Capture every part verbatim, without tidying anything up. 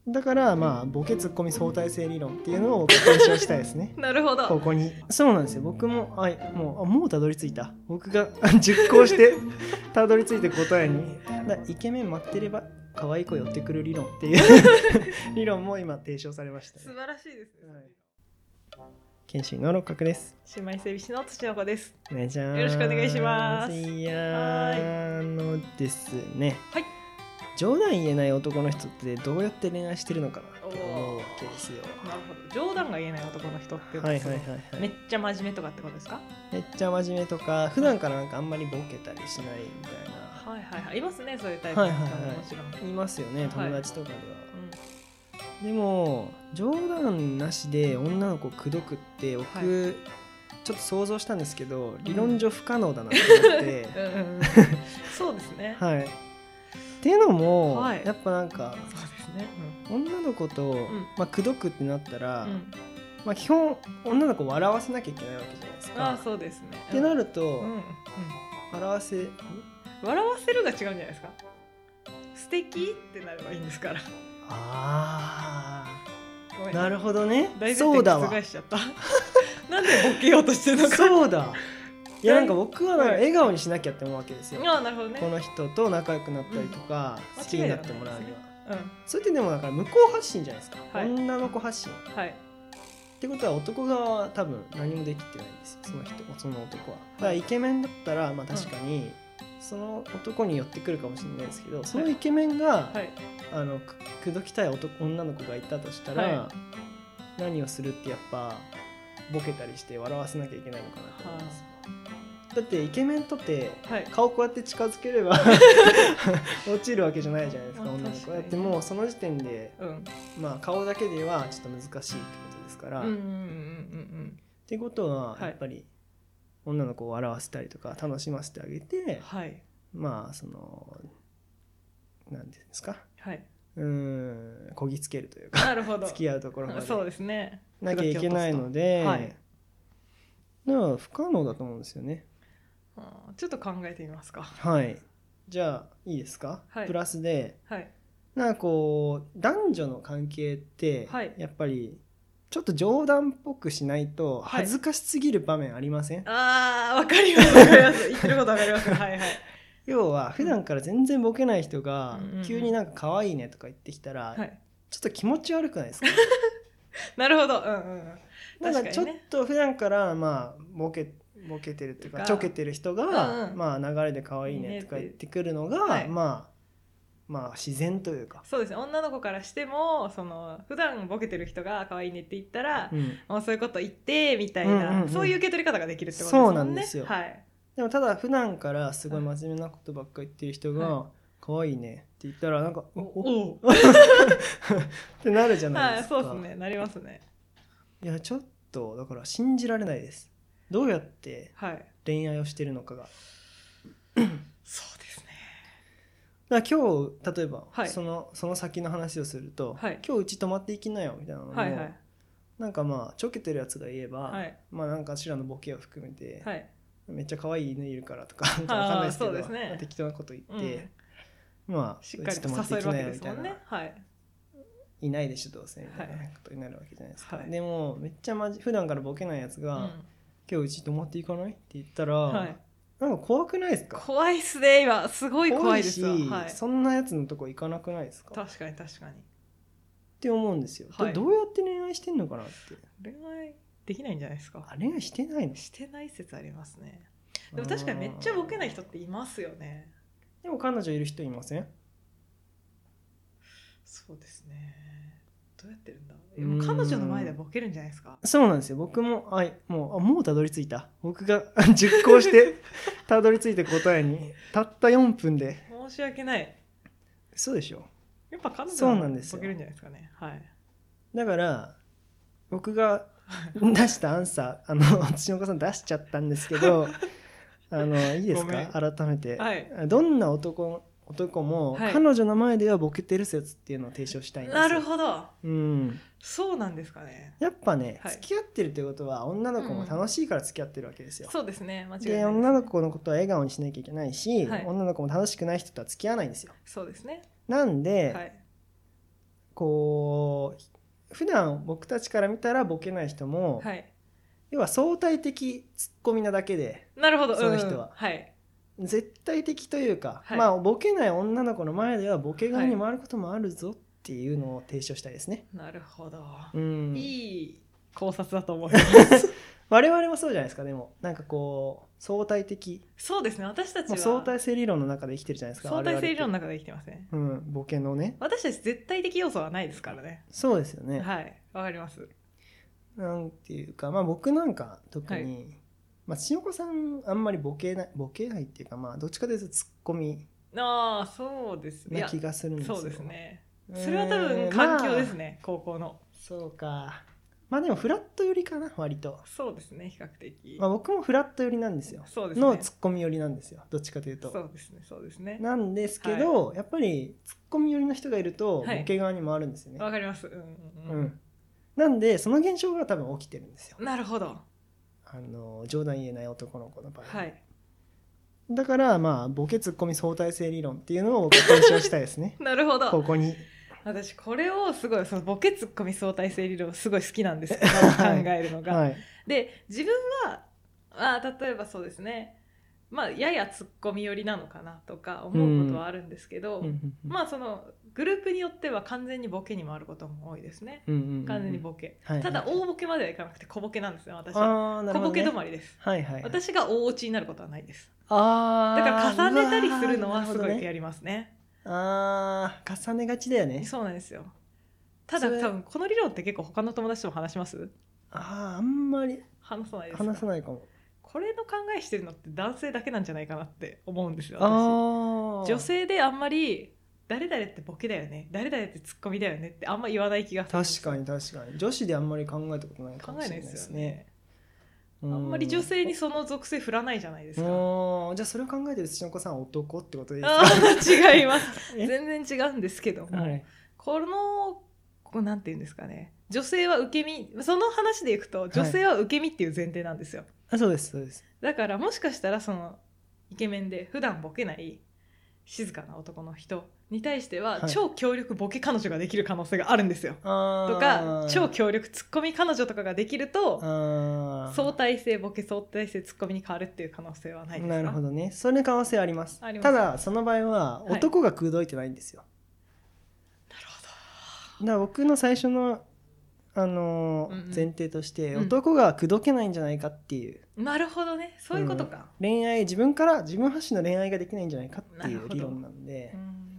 だからまあボケツッコミ相対性理論っていうのを提唱したいですねなるほど。 ここに。そうなんですよ。僕もあもうあもうたどり着いた。僕が熟考してたどり着いて答えにだイケメン待ってれば可愛い子寄ってくる理論っていう理論も今提唱されました、ね、 素晴らしいですね、 はい、研修医の六角です。 姉妹整備士の土の子です。 お願いします。 よろしくお願いします。 いやあのですね、 はい、 冗談言えない男の人ってどうやって恋愛してるのかなって思うわけですよ。 なるほど。冗談が言えない男の人っていうのは、 はいはいはいはい、 めっちゃ真面目とかってことですか？ めっちゃ真面目とか普段からなんかあんまりボケたりしないみたいな。 はいはいはい、いますねそういうタイプの人も。 はいはいはい、もちろんいますよね、友達とかでは、 はい、 うん、でも冗談なしで女の子を口説くって僕、はい、ちょっと想像したんですけど理論上不可能だなと思ってうんうん、うん、 そうですね、 はい、っていうのも、はい、やっぱなんかそうですね、 うん、女の子と、うんまあ、口説くってなったら、うんまあ、基本女の子を笑わせなきゃいけないわけじゃないですか。 あそうですね、うん、 ってなると、うんうん、笑わせ笑わせるが違うんじゃないですか。素敵ってなればいいんですから。 ああなるほどね。 そうだわ。しちゃったなんでボケようとしてるのか。 そうだ。いやなんか僕はなんか笑顔にしなきゃって思うわけですよ。 あなるほどね。 この人と仲良くなったりとか、うん、好きになってもらうには。 うん、 それってでもだから向こう発信じゃないですか。はい、女の子発信。はい。ってことは男側は多分何もできてないんですよ。その人その男は。だからイケメンだったらまあ確かに、うんその男に寄ってくるかもしれないですけど、そのイケメンが、はい、あの口説きたい男女の子がいたとしたら、はい、何をするってやっぱボケたりして笑わせなきゃいけないのかなと思います、はあ、だってイケメンとって顔こうやって近づければ、はい、落ちるわけじゃないじゃないですか、女の子だってもうその時点で、うんまあ、顔だけではちょっと難しいってことですから、うんうんうんうん、ってことはやっぱり、はい女の子を笑わせたりとか楽しませてあげて、はい、まあその何て言うんですか、はい、うーんこぎつけるというかなるほど付き合うところまでそうですねなきゃいけないので、はい、だから不可能だと思うんですよね。 あちょっと考えてみますか。 はいじゃあいいですか、はい、プラスで、はい、なんかこう男女の関係って、はい、やっぱりちょっと冗談っぽくしないと恥ずかしすぎる場面ありません？はい、 あーわかりますわかります言ってることわかりますはいはい要は普段から全然ボケない人が急になんか可愛いねとか言ってきたら、うんうん、ちょっと気持ち悪くないですか？ なるほど、うんうん、 なんかちょっと普段からまあボケボケてるっていうかちょけてる人が、うんうん、まあ流れで可愛いねとか言ってくるのが、はい、まあまあ自然というかそうですね女の子からしてもその普段ボケてる人が可愛いねって言ったら、うん、もうそういうこと言ってみたいな、うんうんうん、そういう受け取り方ができるってことですもんね。 そうなんですよ、はい、でもただ普段からすごい真面目なことばっかり言ってる人が、はい、可愛いねって言ったらなんかおおってなるじゃないですか、 はい、そうですねなりますね。 いやちょっとだから信じられないです。どうやって恋愛をしてるのかが、 はい、そうですね。 だから今日例えば、はい、その、その先の話をすると、はい、今日うち泊まっていきなよみたいなのも、はいはい、なんかまあちょけてるやつが言えば、はい、まあなんかしらのボケを含めて、はい、めっちゃ可愛い犬いるからとか分かんないですけど、ね、適当なこと言って、うん、まあしっかりと誘えるわけですもんね。はい、 いないでしょどうせみたいなことになるわけじゃないですか、はい、でもめっちゃまじ普段からボケないやつが、うん、今日うち泊まっていかないって言ったら、はいなんか怖くないですか？ 怖いっすね今すごい怖いですよ、 はい、そんなやつのとこ行かなくないですか？ 確かに確かにって思うんですよ、はい、どうやって恋愛してんのかなって。 恋愛できないんじゃないですか？ あ恋愛してないの？ してない説ありますね。でも確かにめっちゃボケない人っていますよね。 でも彼女いる人いません？ そうですねどうやってるんだ。もう彼女の前ではボケるんじゃないですか？ そうなんですよ。僕もあもうあもうたどり着いた。僕が熟考してたどり着いた答えにたったよんぷんで。 申し訳ない。 そうでしょ。 やっぱ彼女はボケるんじゃないですかね。はい。 だから僕が出したアンサーあの土岡さん出しちゃったんですけどあのいいですか改めて、はい、どんな男男も彼女の前ではボケてる説っていうのを提唱したいんですよ。 なるほど、 うん、 そうなんですかね。 やっぱね、はい、付き合ってるってことは女の子も楽しいから付き合ってるわけですよ、 うん、そうですね間違いないですね。 で女の子のことは笑顔にしなきゃいけないし、はい、女の子も楽しくない人とは付き合わないんですよ。 そうですね。 なんで、はい、 こう普段僕たちから見たらボケない人も、はい、要は相対的ツッコミなだけで、 なるほど、 その人は、 うん、はい、 絶対的というか、はい、まあボケない女の子の前ではボケ側に回ることもあるぞっていうのを提唱したいですね。 なるほど、 うん、 いい考察だと思います我々もそうじゃないですか。でもなんかこう相対的、 そうですね、私たちは相対性理論の中で生きてるじゃないですか。 相対性理論の中で生きてますね、 うん、ボケのね。 私たち絶対的要素はないですからね。 そうですよね。 はい、わかります。 なんていうか、まあ僕なんか特に、はい、まあ千代子さんあんまりボケないボケないっていうか、まあどっちかというとツッコミああそうですね、 な気がするんですよ。 そうですね、それは多分環境ですね、まあ、高校の。 そうか。まあでもフラット寄りかな、割と。 そうですね、比較的。 まあ、僕もフラット寄りなんですよ。 そうですね。 のツッコミ寄りなんですよ。どっちかというと。 そうですね、そうですね。 なんですけど、はい、やっぱりツッコミ寄りの人がいると、 はい、 ボケ側に回るんですよね。 わかります。うんうんうん。うん、 なんでその現象が多分起きてるんですよ。 なるほど。 あの冗談言えない男の子の場合。 はい。 だからまあボケツッコミ相対性理論っていうのを僕は提唱したいですね。 なるほど。 ここに。 私これをすごいそのボケツッコミ相対性理論すごい好きなんですけど考えるのが、はい、で自分はあ例えばそうですね、まあややツッコミ寄りなのかなとか思うことはあるんですけど、うん、まあそのグループによっては完全にボケに回ることも多いですね、うんうんうん、完全にボケ、はいはい、ただ大ボケまではいかなくて小ボケなんですよ私は、ね、小ボケ止まりです、はいはいはい、私が大落ちになることはないです。あだから重ねたりするのはすごいやりますね。 あー重ねがちだよね。 そうなんですよ。ただ多分この理論って結構他の友達とも話します？ あーあんまり話さないですか？ 話さないかも。 これの考えしてるのって男性だけなんじゃないかなって思うんですよ私。あ女性であんまり誰々ってボケだよね、誰々ってツッコミだよねってあんま言わない気がするんですよ。 確かに確かに女子であんまり考えたことないかもしれないですね。考えないですよね。 あんまり女性にその属性振らないじゃないですか。 じゃあそれを考えてる土の子さんは男ってことですか？あ違います全然違うんですけども、はい、このこうなんていうんですかね、女性は受け身、その話でいくと女性は受け身っていう前提なんですよ、 はい、あそうですそうです。 だからもしかしたらそのイケメンで普段ボケない静かな男の人に対しては超強力ボケ彼女ができる可能性があるんですよ、はい、とか超強力ツッコミ彼女とかができると相対性ボケ相対性ツッコミに変わるっていう可能性はないですか？ なるほどね、それの可能性あります。あります。ただその場合は男が口説いてないんですよ、はい、なるほど。だから僕の最初のあのーうんうん、前提として、うん、男が口説けないんじゃないかっていう、 なるほどね、そういうことか、 うん、恋愛自分から自分発信の恋愛ができないんじゃないかっていう理論なんで、うん、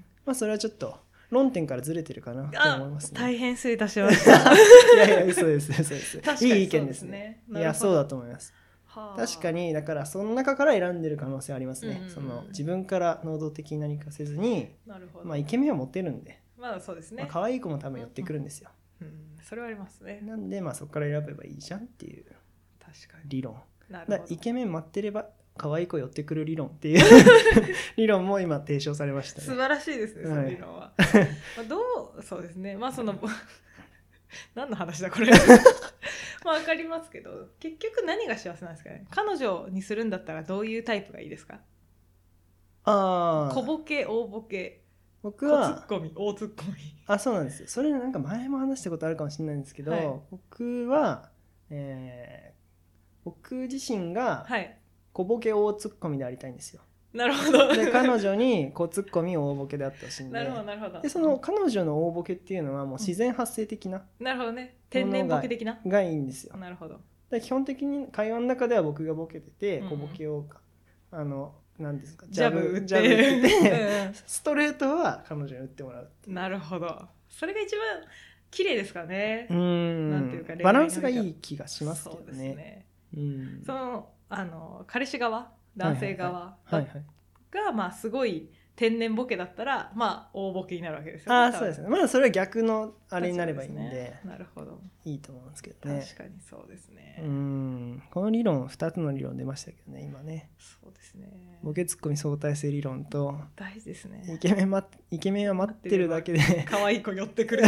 まあそれはちょっと論点からずれてるかなと思いますね。 大変失礼いたしましたいやいや嘘です嘘です確かにいい意見ですね。いやそうだと思います。はあ、確かにだからその中から選んでる可能性ありますね、うんうん、その自分から能動的に何かせずに、なるほど、まあ、イケメンはモテるんで、 まあそうですね、 まあ、可愛い子も多分寄ってくるんですよ、 うんうん、それはありますね。 なんでまあそこから選べばいいじゃんっていう理論。 なるほど。 だイケメン待ってれば可愛い子寄ってくる理論っていう理論も今提唱されましたね。 素晴らしいですね、その理論は、はいまあ、どうそうですね、まあその何の話だこれまあ分かりますけど、結局何が幸せなんですかね。彼女にするんだったらどういうタイプがいいですか？あ小ボケ大ボケ、僕は小ツッコミ大ツッコミ。 あそうなんですよ。それなんか前も話したことあるかもしれないんですけど、はい、僕は、えー、僕自身が小ボケ大ツッコミでありたいんですよ。 なるほど。 で彼女に小ツッコミ大ボケであってほしいんで。 なるほどなるほど。 でその彼女の大ボケっていうのはもう自然発生的な、 うん、なるほどね、天然ボケ的ながいいんですよ。 なるほど。 で基本的に会話の中では僕がボケてて、うん、小ボケをあの何ですかジャブ打って、ジャブ打ってストレートは彼女に打ってもらうっていう。 なるほど、それが一番綺麗ですかね。 うーんなんていうかバランスがいい気がしますけどね。そうですね、うん、 そのあの彼氏側男性側がまあすごい天然ボケだったらまあ大ボケになるわけですよね。 あそうですね。まあそれは逆のあれになればいいんで、 ね、なるほど、 いいと思うんですけどね。 確かにそうですね。 うんこの理論ふたつの理論出ましたけどね今ね。 そうですね。 ボケツッコミ相対性理論と大事ですね。 イケメン、ま、イケメンは待ってるだけで可愛い子寄ってくる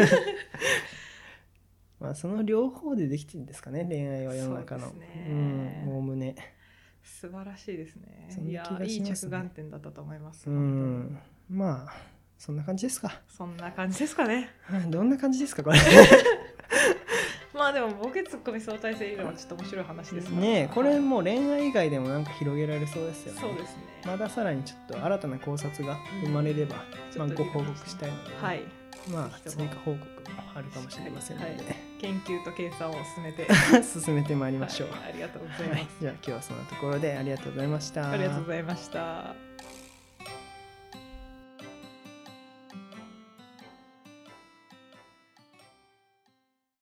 まあその両方でできてるんですかね恋愛は世の中の。おおむね素晴らしいですね。いやいい着眼点だったと思います。 うんまあそんな感じですか。 そんな感じですかね。 どんな感じですかこれまあでもボケツッコミ相対性理論はちょっと面白い話ですね。 ねえこれもう恋愛以外でもなんか広げられそうですよね。 そうですね。 まださらにちょっと新たな考察が生まれれば、うん、まあ、ご報告したいので、ね、 はい、 まあ追加報告もあるかもしれませんので、はい、 研究と計算を進めて進めてまいりましょう、 はい、ありがとうございます、はい、 じゃあ今日はそんなところでありがとうございました。 ありがとうございました。